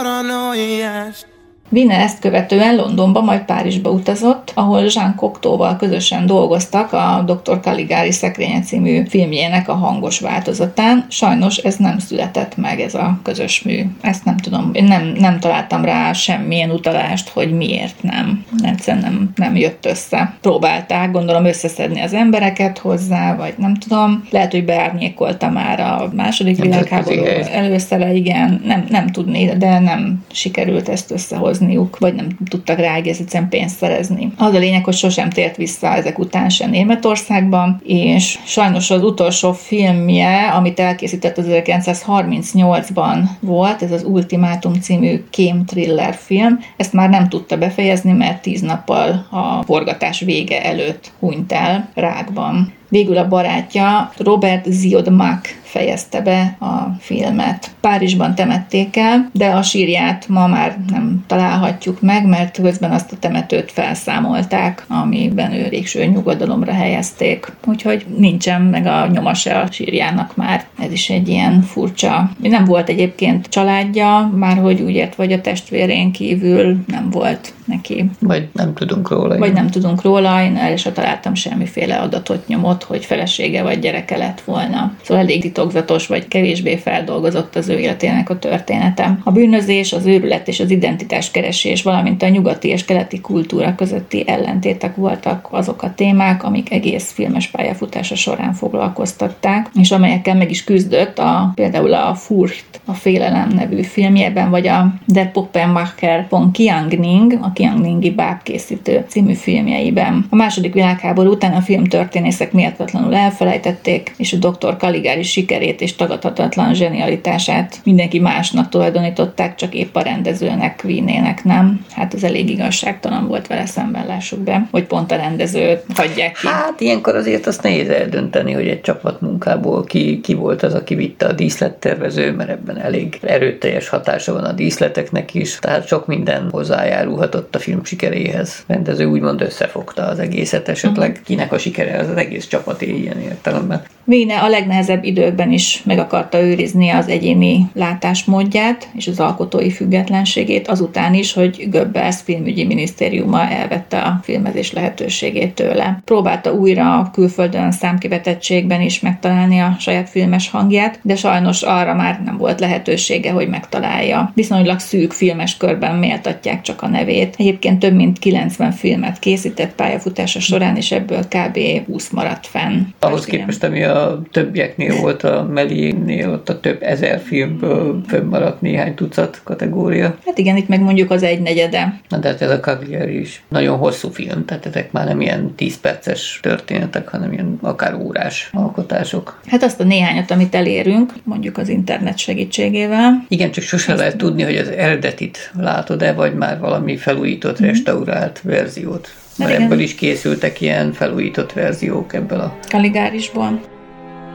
paranoiás. Wiener ezt követően Londonba, majd Párizsba utazott, ahol Jean Cocteauval közösen dolgoztak a doktor Caligari szekrénye című filmjének a hangos változatán. Sajnos ez nem született meg, ez a közös mű. Ezt nem tudom, én nem, nem találtam rá semmilyen utalást, hogy miért nem. Egyszerűen nem, nem jött össze. Próbálták, gondolom, összeszedni az embereket hozzá, vagy nem tudom. Lehet, hogy beárnyékolta már a második világháború előszere, igen. Nem, nem tudni, de nem sikerült ezt összehozni, vagy nem tudtak rá egész egyszerűen pénzt szerezni. Az a lényeg, hogy sosem tért vissza ezek után sem Németországban, és sajnos az utolsó filmje, amit elkészített az ezerkilencszázharmincnyolcban volt, ez az Ultimátum című kém thriller film, ezt már nem tudta befejezni, mert tíz nappal a forgatás vége előtt hunyt el rákban. Végül a barátja, Robert Ziodmak fejezte be a filmet. Párizsban temették el, de a sírját ma már nem találhatjuk meg, mert közben azt a temetőt felszámolták, amiben ő végső nyugodalomra helyezték. Úgyhogy nincsen meg a nyoma se a sírjának már. Ez is egy ilyen furcsa. Nem volt egyébként családja, már hogy úgy ért, vagy a testvérén kívül nem volt neki. Vagy nem tudunk róla. Vagy nem tudunk róla, én el is találtam semmiféle adatot, nyomot, hogy felesége vagy gyereke lett volna. Szóval elég titokzatos, vagy kevésbé feldolgozott az ő életének a története. A bűnözés, az őrület és az identitáskeresés, valamint a nyugati és keleti kultúra közötti ellentétek voltak azok a témák, amik egész filmes pályafutása során foglalkoztatták, és amelyekkel meg is küzdött a, például a Furcht, a Félelem nevű filmjében, vagy a Der Puppenmacher von Kiangning, a Kiangningi bábkészítő című filmjeiben. A második világháború után a filmtörténészek méltatlanul elfelejtették, és a doktor Caligari sikerét és tagadhatatlan zsenialitását mindenki másnak tulajdonították, csak épp a rendezőnek, Wienének nem. Hát ez elég igazságtalan volt vele szemben, lássuk be, hogy pont a rendezőt hagyják ki. Hát ilyenkor azért azt nehéz eldönteni, hogy egy csapatmunkából ki, ki volt az, aki vitte a díszlettervező, mert ebben elég erőteljes hatása van a díszleteknek is, tehát sok minden hozzájárulhatott a film sikeréhez. A rendező úgymond összefogta az egészet, esetleg uh-huh. kinek a sikere az az egész csapaté ilyen értelemben. Wiener a legnehezebb időkben is meg akarta őrizni az egyéni látásmódját és az alkotói függetlenségét, azután is, hogy Goebbels filmügyi minisztériuma elvette a filmezés lehetőségét tőle. Próbálta újra a külföldön számkivetettségben is megtalálni a saját filmes hangját, de sajnos arra már nem volt lehetősége, hogy megtalálja. Viszonylag szűk filmes körben méltatják csak a nevét. Egyébként több mint kilencven filmet készített pályafutása során, és ebből kb. húsz maradt fenn. Ahhoz képest, ami a többieknél volt, a Méliésnél, ott a több ezer filmből fönnmaradt néhány tucat kategória. Hát igen, itt meg mondjuk az egynegyede. Na de ez a Cagliari is nagyon hosszú film, tehát ezek már nem ilyen tíz perces történetek, hanem ilyen akár órás alkotások. Hát azt a néhányat, amit elérünk, mondjuk az internet segítségével. Igen, csak sose azt lehet tudni, hogy az eredetit látod-e, vagy már valami felújított, mm-hmm. restaurált verziót. Mert ebből is készültek ilyen felújított verziók ebből a... Caligarisból.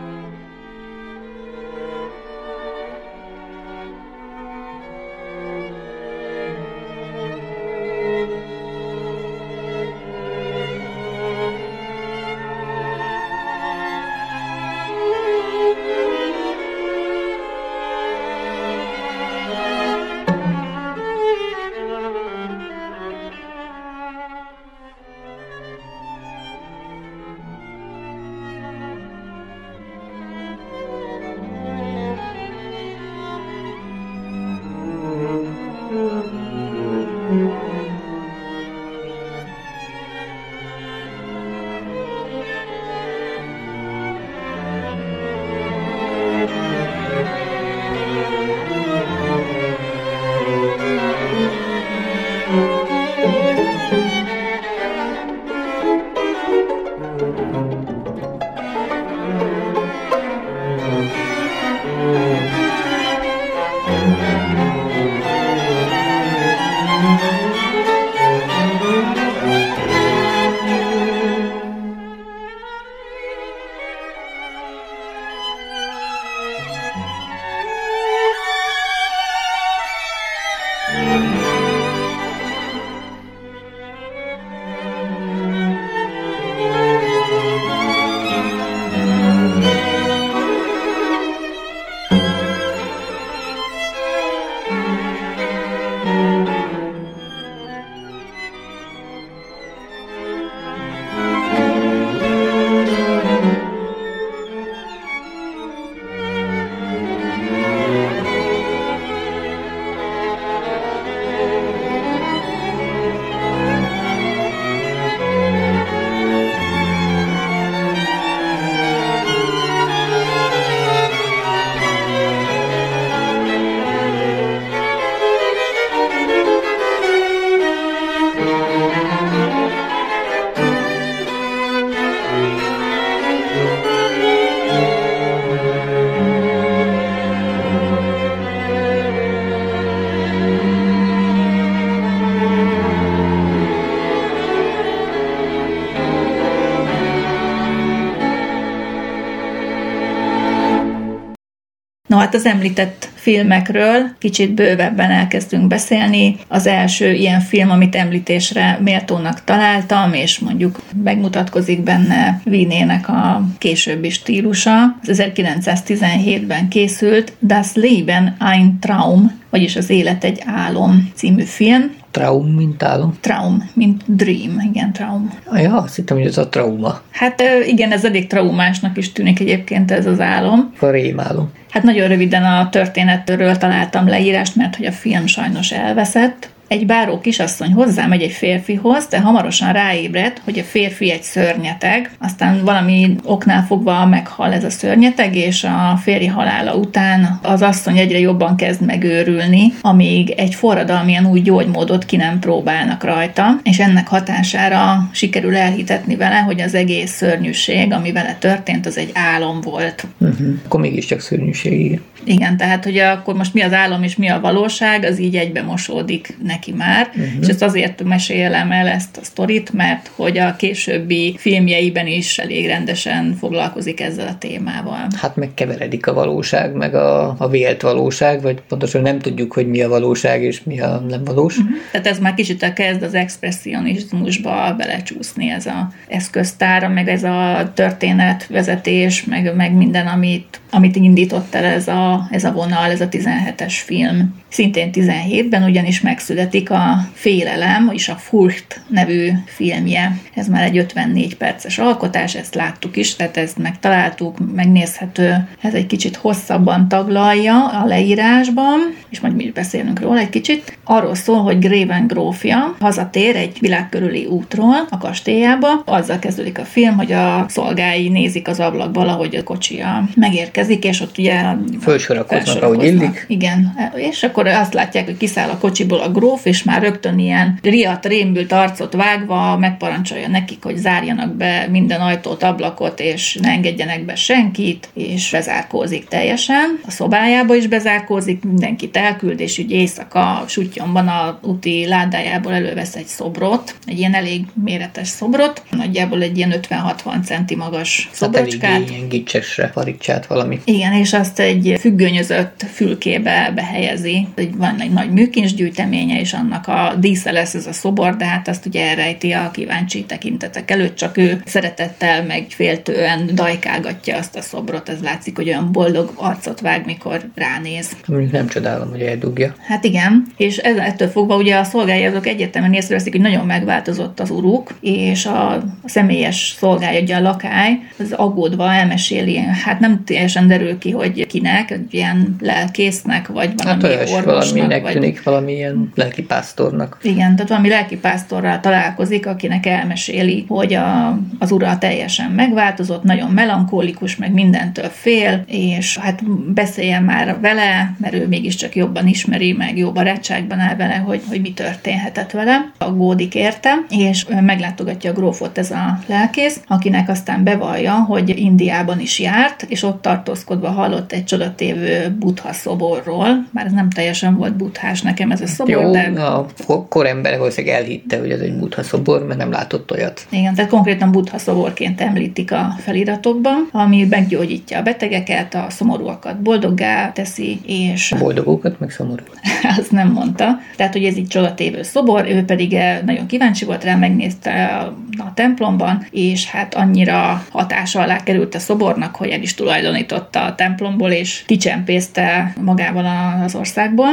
No hát az említett filmekről kicsit bővebben elkezdünk beszélni. Az első ilyen film, amit említésre méltónak találtam, és mondjuk megmutatkozik benne Wienének a későbbi stílusa. Az ezerkilencszáztizenhétben készült Das Leben ein Traum, vagyis Az élet egy álom című film. Traum, mint álom? Traum, mint dream, igen, traum. Ja, azt hittem, hogy ez a trauma. Hát igen, ez elég traumásnak is tűnik egyébként ez az álom. A rémálom. Hát nagyon röviden a történetről találtam leírást, mert hogy a film sajnos elveszett. Egy báró kisasszony hozzámegy egy férfihoz, de hamarosan ráébred, hogy a férfi egy szörnyeteg, aztán valami oknál fogva meghal ez a szörnyeteg, és a férj halála után az asszony egyre jobban kezd megőrülni, amíg egy forradalmian új gyógymódot ki nem próbálnak rajta, és ennek hatására sikerül elhitetni vele, hogy az egész szörnyűség, ami vele történt, az egy álom volt. Uh-huh. Akkor mégiscsak szörnyűség. Igen, tehát, hogy akkor most mi az álom és mi a valóság, az így egybe mosódik neki már, uh-huh. és ezt azért mesélem el ezt a sztorit, mert hogy a későbbi filmjeiben is elég rendesen foglalkozik ezzel a témával. Hát megkeveredik a valóság, meg a, a vélt valóság, vagy pontosan nem tudjuk, hogy mi a valóság és mi a nem valós. Uh-huh. Tehát ez már kicsit kezd az expresszionizmusba belecsúszni ez az eszköztára, meg ez a történetvezetés, meg, meg minden, amit, amit indított el ez a, ez a vonal, ez a tizenhetes film. Szintén tizenhétben ugyanis megszületik a Félelem, vagyis a Furcht nevű filmje. Ez már egy ötvennégy perces alkotás, ezt láttuk is, tehát ezt megtaláltuk, megnézhető. Ez egy kicsit hosszabban taglalja a leírásban, és majd mi is beszélünk róla egy kicsit. Arról szól, hogy Greven grófja hazatér egy világkörüli útról a kastélyába. Azzal kezdődik a film, hogy a szolgái nézik az ablakból, ahogy a kocsia megérkezik, és ott ugye fölsorakoznak, ahogy illik. Igen, és akkor azt látják, hogy kiszáll a kocsiból a gróf, és már rögtön ilyen riadt, rémült arcot vágva megparancsolja nekik, hogy zárjanak be minden ajtót, ablakot, és ne engedjenek be senkit, és bezárkózik teljesen. A szobájába is bezárkózik, mindenkit elküld, és úgy éjszaka suttyomban a úti ládájából elővesz egy szobrot, egy ilyen elég méretes szobrot, nagyjából egy ilyen ötven-hatvan centi magas szobrocskát. Hát elég ilyen gicsesre faricsát valami. Igen, és azt egy függönyözött fülkébe behelyezi. Van egy nagy műkincsgyűjteménye, és annak a dísze lesz ez a szobor, de hát azt ugye elrejti a kíváncsi tekintetek előtt, csak ő szeretettel, meg féltően dajkálgatja azt a szobrot, ez látszik, hogy olyan boldog arcot vág, mikor ránéz. Mondjuk nem csodálom, hogy eldugja. Hát igen, és ez, ettől fogva ugye a szolgái azok egyértelműen észreveszik, hogy nagyon megváltozott az uruk, és a, a személyes szolgája, ugye a lakály, az aggódva elmeséli, hát nem teljesen derül ki, hogy kinek, ilyen lelkésznek, vagy valami hát olyas, valaminek vagy... tűnik, valamilyen lelkipásztornak. Igen, tehát valami lelkipásztorral találkozik, akinek elmeséli, hogy a, az ura teljesen megváltozott, nagyon melankólikus, meg mindentől fél, és hát beszéljen már vele, mert ő mégiscsak jobban ismeri, meg jó barátságban áll vele, hogy, hogy mi történhetett vele. Aggódik érte, és meglátogatja a grófot ez a lelkész, akinek aztán bevallja, hogy Indiában is járt, és ott tartózkodva hallott egy csodatévő Buddha szoborról, bár ez nem teljesen volt buddhás nekem ez a szobor, jó, de... a korember valószínűleg elhitte, hogy ez egy Buddha szobor, mert nem látott olyat. Igen, tehát konkrétan Buddha szoborként említik a feliratokban, ami meggyógyítja a betegeket, a szomorúakat boldoggá teszi, és... A boldogokat, meg szomorú. Azt nem mondta. Tehát, hogy ez így csodatévő szobor, ő pedig nagyon kíváncsi volt rá, megnézte a, a templomban, és hát annyira hatása alá került a szobornak, hogy el is tulajdonította a templomból, és kicsempészte magával az országból.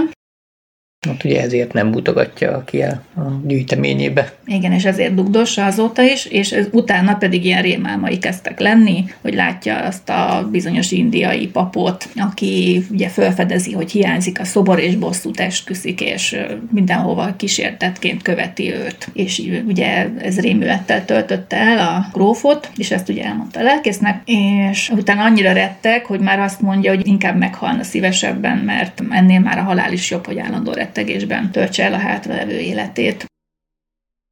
Hát ugye ezért nem mutogatja ki el a gyűjteményébe. Igen, és ezért dugdossa azóta is, és ez, utána pedig ilyen rémálmai kezdtek lenni, hogy látja azt a bizonyos indiai papot, aki ugye felfedezi, hogy hiányzik a szobor, és bosszút esküszik, és mindenhova kísértetként követi őt. És ugye ez rémülettel töltötte el a grófot, és ezt ugye elmondta a lelkésznek, és utána annyira rettek, hogy már azt mondja, hogy inkább meghalna szívesebben, mert ennél már a halál is jobb, hogy állandó rettegésben töltse el a hátralevő életét.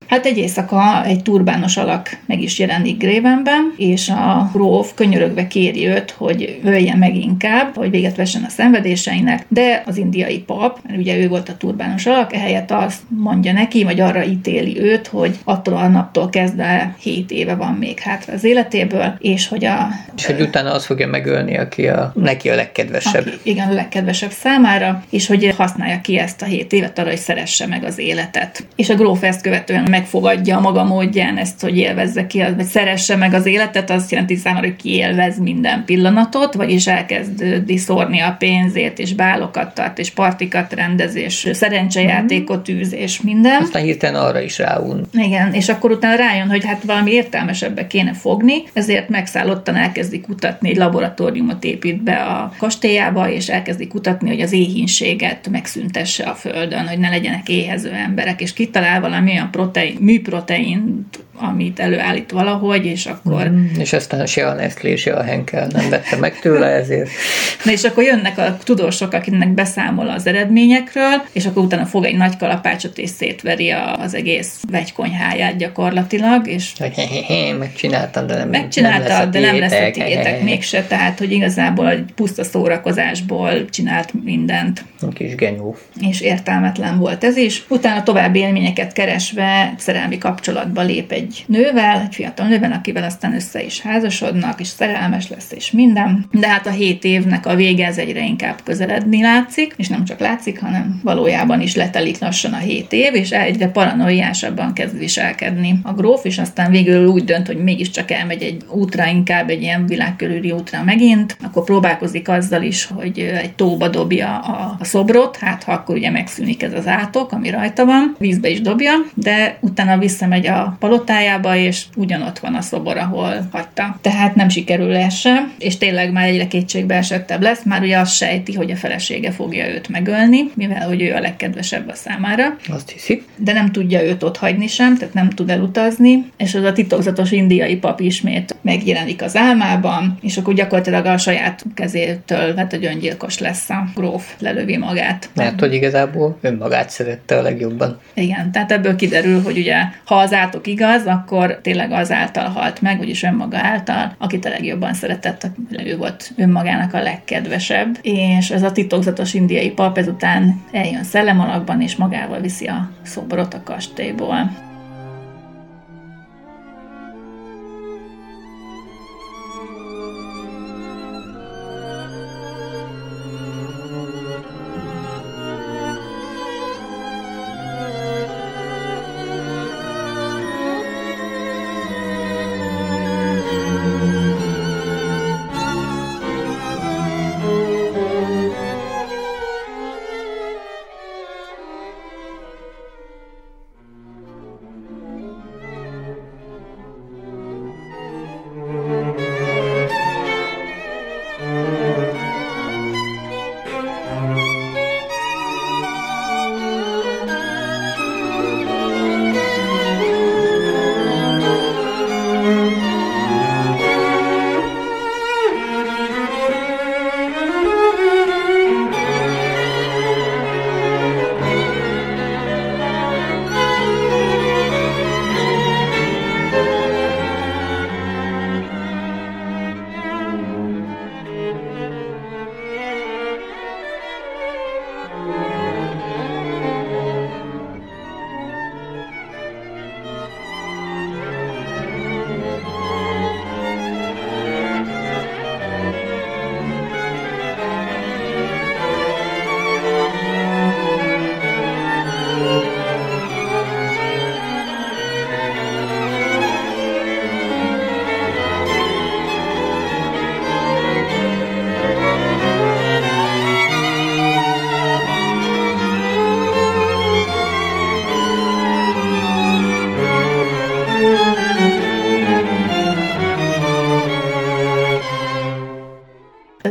Hát egy éjszaka egy turbános alak meg is jelenik Gravenben, és a gróf könyörögve kéri őt, hogy öljen meg inkább, hogy véget vessen a szenvedéseinek, de az indiai pap, mert ugye ő volt a turbános alak, ehelyett azt mondja neki, vagy arra ítéli őt, hogy attól a naptól kezdve hét éve van még hátra az életéből, és hogy a... És hogy utána azt fogja megölni, aki a, neki a legkedvesebb. Aki, igen, a legkedvesebb számára, és hogy használja ki ezt a hét évet arra, hogy szeresse meg az életet. És a gróf ezt követően megfogadja a maga módján ezt, hogy élvezze ki, vagy szeresse meg az életet, azt jelenti számára, hogy kiélvez minden pillanatot, vagyis elkezd diszorni a pénzét, és bálokat tart, és partikat rendez, és szerencsejátékot űz, és minden. Aztán hirtelen arra is ráun. Igen, és akkor utána rájön, hogy hát valami értelmesebbe kéne fogni, ezért megszállottan elkezdi kutatni, egy laboratóriumot épít be a kastélyába, és elkezdi kutatni, hogy az éhínséget megszüntesse a földön, hogy ne legyenek éhező emberek, és kitalál valami olyan protein, műproteint, amit előállít valahogy, és akkor... Mm, és aztán se a Nestlé, se a Henkel nem vette meg tőle ezért. Na és akkor jönnek a tudósok, akiknek beszámol az eredményekről, és akkor utána fog egy nagy kalapácsot, és szétveri az egész vegykonyháját gyakorlatilag, és... Megcsináltam, de nem, Megcsinálta, nem lesz de nem lesz a tiétek mégse, tehát, hogy igazából egy puszta szórakozásból csinált mindent. Kis genyó. És értelmetlen volt ez is. Utána további élményeket keresve szerelmi kapcsolatba lép egy nővel, egy fiatal nővel, akivel aztán össze is házasodnak, és szerelmes lesz, és minden. De hát a hét évnek a vége ez egyre inkább közeledni látszik, és nem csak látszik, hanem valójában is letelik lassan a hét év, és egyre paranoiásabban kezd viselkedni a gróf, és aztán végül úgy dönt, hogy mégiscsak elmegy egy útra, inkább egy ilyen világkörüli útra megint, akkor próbálkozik azzal is, hogy egy tóba dobja a, a szobrot, hát ha akkor ugye megszűnik ez az átok, ami rajta van, vízbe is dobja, de utána visszamegy a palotájába, és ugyanott van a szobor, ahol hagyta. Tehát nem sikerül ez sem, és tényleg már egyre kétségbe esettebb lesz, már ugye azt sejti, hogy a felesége fogja őt megölni, mivel hogy ő a legkedvesebb a számára. Azt hiszi. De nem tudja őt ott hagyni sem, tehát nem tud elutazni, és az a titokzatos indiai pap ismét megjelenik az álmában, és akkor gyakorlatilag a saját kezétől hát a öngyilkos lesz a gróf, lelövi magát. Mert hogy igazából önmagát szerette a legjobban. Igen, tehát ebből kiderül, hogy ugye ha az átok igaz, akkor tényleg az által halt meg, vagyis önmaga által, akit a legjobban szeretett, ő volt önmagának a legkedvesebb, és ez a titokzatos indiai pap ezután eljön szellemalakban, és magával viszi a szobrot a kastélyból.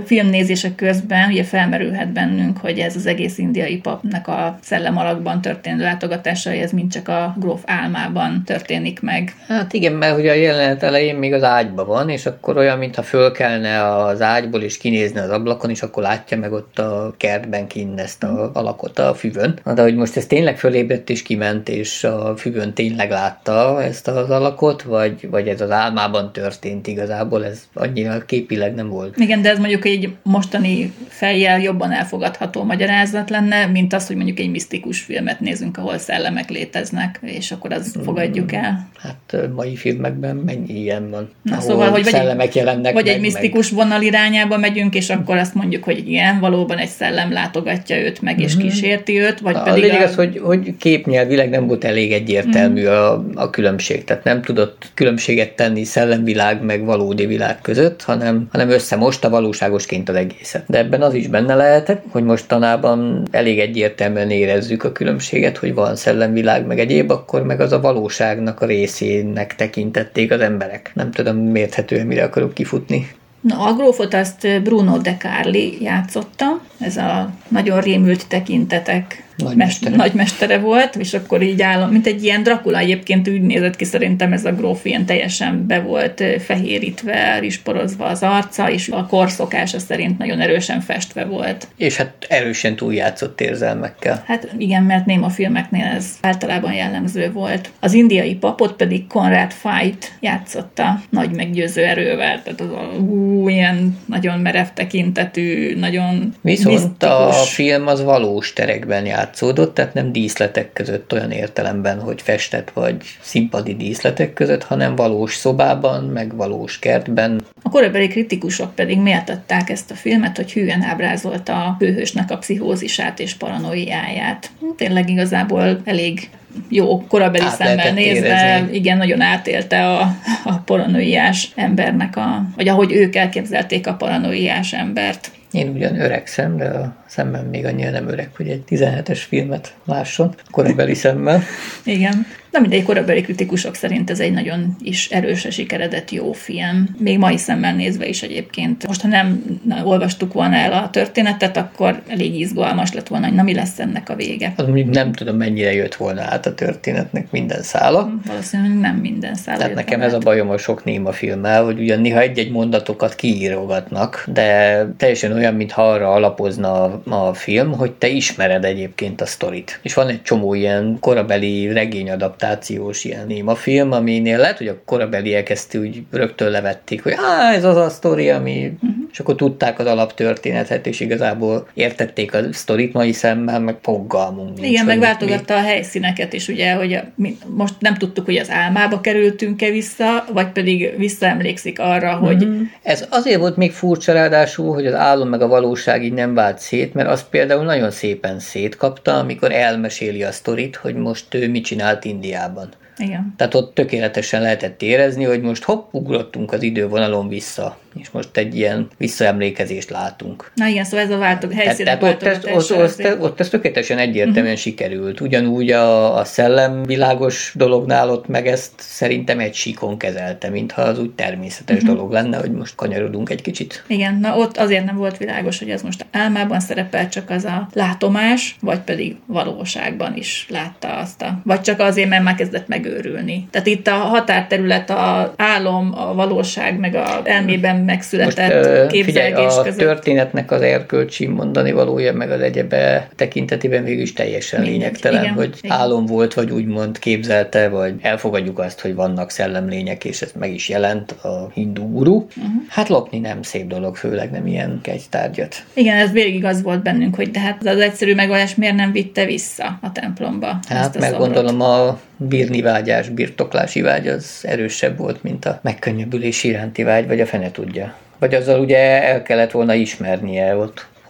filmnézések közben ugye felmerülhet bennünk, hogy ez az egész indiai papnak a szellemalakban történő látogatása, ez mind csak a gróf álmában történik meg. Hát igen, mert ugye a jelenet elején még az ágyban van, és akkor olyan, mintha fölkelne az ágyból, és kinézne az ablakon, és akkor látja meg ott a kertben kinn ezt a alakot a füvön. De hogy most ez tényleg fölébredt és kiment, és a füvön tényleg látta ezt az alakot, vagy, vagy ez az álmában történt igazából, ez annyira képileg nem volt. Igen, de ez mondjuk egy mostani fejjel jobban elfogadható magyarázat lenne, mint az, hogy mondjuk egy misztikus filmet nézünk, ahol szellemek léteznek, és akkor azt fogadjuk el. Hát mai filmekben mennyi ilyen van? Na, szóval, hogy szellemek vagy, jelennek vagy meg, egy misztikus meg. vonal irányába megyünk, és akkor azt mondjuk, hogy igen, valóban egy szellem látogatja őt meg, és mm-hmm. kísérti őt, vagy a pedig... A lényeg a... az, hogy, hogy képnyelvileg nem volt elég egyértelmű mm. a, a különbség, tehát nem tudott különbséget tenni szellemvilág meg valódi világ között, hanem, hanem összemosta valóságosként az egészet. De ebben az is benne lehetett, hogy mostanában elég egyértelműen érezzük a különbséget, hogy van szellemvilág meg egyéb, akkor meg az a valóságnak a részének tekintették az emberek. Nem tudom mérthetően mire akarok kifutni. Na, a grófot azt Bruno De Carli játszotta, ez a nagyon rémült tekintetek nagymestere. nagymestere volt, és akkor így állom, mint egy ilyen Dracula, egyébként úgy nézett ki szerintem ez a gróf, ilyen teljesen be volt fehérítve, risporozva az arca, és a korszokása szerint nagyon erősen festve volt. És hát erősen túljátszott érzelmekkel. Hát igen, mert néma filmeknél ez általában jellemző volt. Az indiai papot pedig Conrad Veidt játszotta nagy meggyőző erővel, tehát az a ú, ilyen nagyon merev tekintetű, nagyon Viszont misztikus. A film az valós terekben játszódott, tehát nem díszletek között olyan értelemben, hogy festett vagy színpadi díszletek között, hanem valós szobában, meg valós kertben. A korabeli kritikusok pedig méltatták ezt a filmet, hogy hűen ábrázolta a főhősnek a pszichózisát és paranoiáját. Tényleg igazából elég jó korabeli át szemmel nézve, érezni. Igen, nagyon átélte a, a paranoiás embernek, a, vagy ahogy ők elképzelték a paranoiás embert. Én ugyan öregszem, de a szemmem még annyira nem öreg, hogy egy tizenhetes filmet lásson korabeli szemmel. Igen. Na mindegy, korabeli kritikusok szerint ez egy nagyon is erősen sikeredett jó film. Még mai szemmel nézve is egyébként. Most, ha nem na, olvastuk volna el a történetet, akkor elég izgalmas lett volna, hogy na mi lesz ennek a vége. Az nem tudom, mennyire jött volna át a történetnek minden szála. Valószínűleg nem minden szála. Tehát nekem ez át. A bajom a sok néma filmmel, hogy ugyan néha egy-egy mondatokat kiírogatnak, de teljesen olyan, mintha arra alapozna a, a film, hogy te ismered egyébként a sztorit. És van egy csomó ilyen korabeli regényadaptációs ilyen néma film, aminél lehet, hogy a korabeliek ezt úgy rögtön levették, hogy á, ez az a sztori, ami... Uh-huh. És akkor tudták az alaptörténetet, és igazából értették a sztorit mai szemmel, meg fogalmunk nincs. Igen, meg váltogatta mi... a helyszíneket is, ugye, hogy a, mi, most nem tudtuk, hogy az álmába kerültünk-e vissza, vagy pedig visszaemlékszik arra, hogy... Uh-huh. Ez azért volt még furcsa ráadásul, hogy az álom meg a valóság így nem vált szét, mert azt például nagyon szépen szétkapta, amikor elmeséli a sztorit, hogy most ő mit csinált Indiában. Igen. Tehát ott tökéletesen lehetett érezni, hogy most hopp, ugrottunk az idővonalon vissza, és most egy ilyen visszaemlékezést látunk. Na igen, szóval ez a váltog, helyszínek tehát, tehát ott, ez, ott, ott, ott ez tökéletesen egyértelműen uh-huh. sikerült. Ugyanúgy a, a szellemvilágos dolognál ott meg ezt szerintem egy síkon kezelte, mintha az úgy természetes uh-huh. dolog lenne, hogy most kanyarodunk egy kicsit. Igen, na ott azért nem volt világos, hogy ez most álmában szerepel csak az a látomás, vagy pedig valóságban is látta azt a... Vagy csak azért, mert már kezdett megőrülni. Tehát itt a határterület, az álom, a valóság, meg a elmében megszületett most, képzelgés figyelj, között. A történetnek az erkölcsi mondani valója, meg az egyebe tekintetében végül is teljesen Mindegy. lényegtelen, igen, hogy igen. álom volt, vagy úgymond képzelte, vagy elfogadjuk azt, hogy vannak szellemlények, és ez meg is jelent a hindu guru. Uh-huh. Hát lopni nem szép dolog, főleg nem ilyen kegytárgyat. Igen, ez végig az volt bennünk, hogy de hát az egyszerű megoldás miért nem vitte vissza a templomba? Hát meg gondolom a bírni vágyás, birtoklási vágy az erősebb volt, mint a megkönnyebbülés iránti vágy, vagy a fene tudja. Vagy azzal ugye el kellett volna ismernie ott, hogy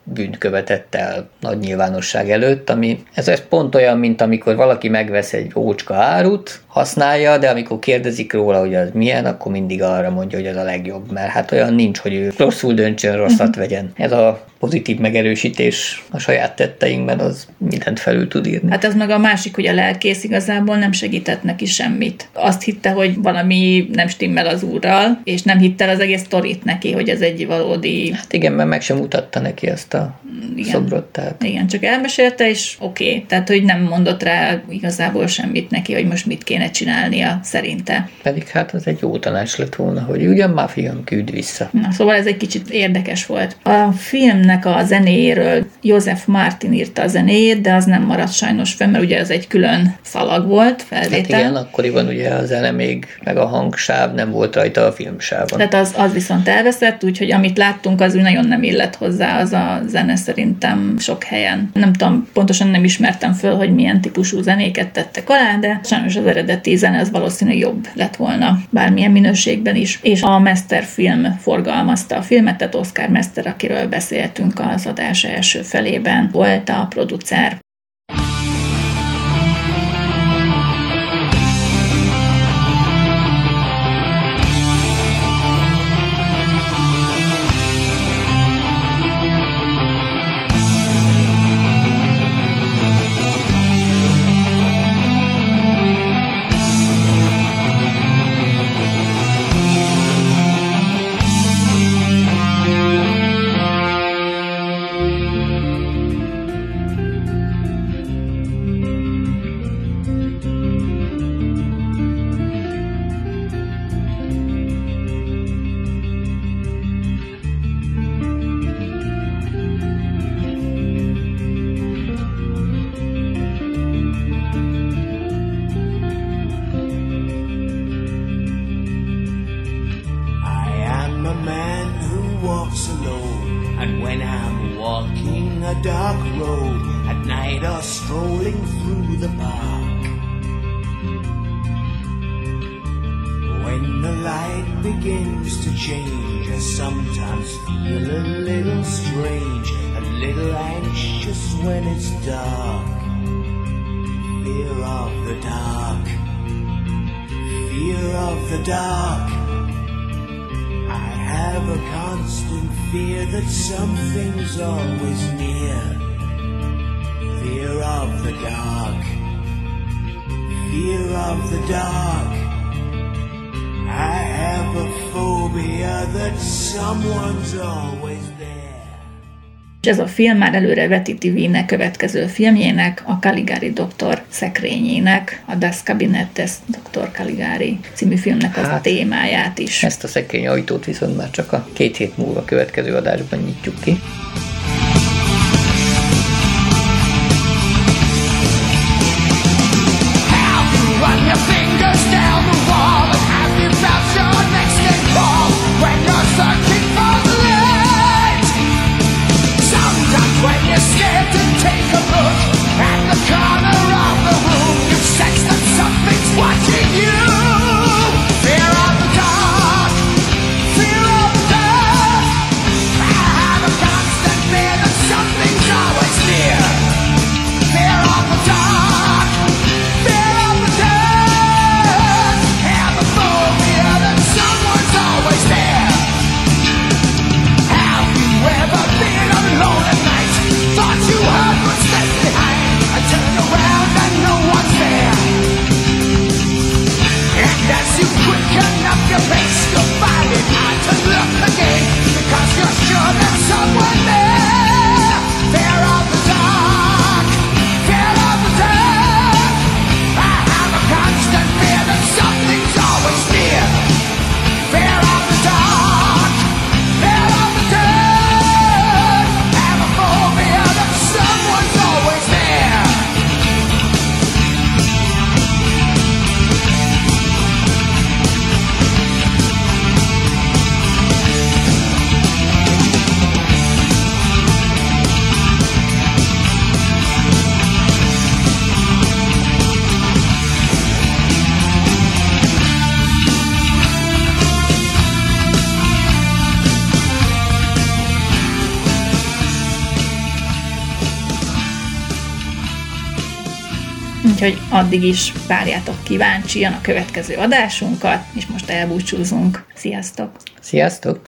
bűnt követett el nagy nyilvánosság előtt, ami ez, ez pont olyan, mint amikor valaki megvesz egy ócska árut, használja, de amikor kérdezik róla, hogy az milyen, akkor mindig arra mondja, hogy az a legjobb, mert hát olyan nincs, hogy ő rosszul döntsön, rosszat vegyen. Ez a pozitív megerősítés a saját tetteinkben, az mindent felül tud írni. Hát ez meg a másik, hogy a lelkész igazából nem segített neki semmit. Azt hitte, hogy valami nem stimmel az úrral, és nem hitte az egész sztorit neki, hogy ez egy valódi... Hát igen, mert meg sem mutatta neki ezt a igen. szobrot. Tehát. Igen, csak elmesélte, és oké. Okay. Tehát, hogy nem mondott rá igazából semmit neki, hogy most mit kéne csinálnia szerinte. Pedig hát az egy jó tanács lett volna, hogy ugyan már fiam, küld vissza. Na, szóval ez egy kicsit érdekes volt. A filmnek a zenéjéről Joseph Martin írta a zenéjét, de az nem maradt sajnos fenn, mert ugye ez egy külön szalag volt, felvétel. Hát igen, akkoriban ugye a zene még, meg a hangsáv nem volt rajta a filmsávon. Tehát az, az viszont elveszett, úgyhogy amit láttunk, az úgy nagyon nem illett hozzá az a zene szerintem sok helyen. Nem tudom, pontosan nem ismertem föl, hogy milyen típusú zenéket tettek alá, de sajnos az eredeti zene az valószínűleg jobb lett volna bármilyen minőségben is. És a Mester film forgalmazta a filmet, tehát Oscar Mester, akiről beszéltünk az adás első felében, volt a producer. Something's always near. Fear of the dark. Fear of the dark. I have a phobia that someone's always there. És ez a film már előre vetíti Wien következő filmjének, a Caligari doktor szekrényének, a Das Kabinettes doktor Caligari című filmnek az hát, a témáját is. Ezt a szekrény ajtót viszont már csak a két hét múlva következő adásban nyitjuk ki. Fear of the dark. I have a constant Úgyhogy addig is várjátok kíváncsian a következő adásunkat, és most elbúcsúzunk. Sziasztok! Sziasztok!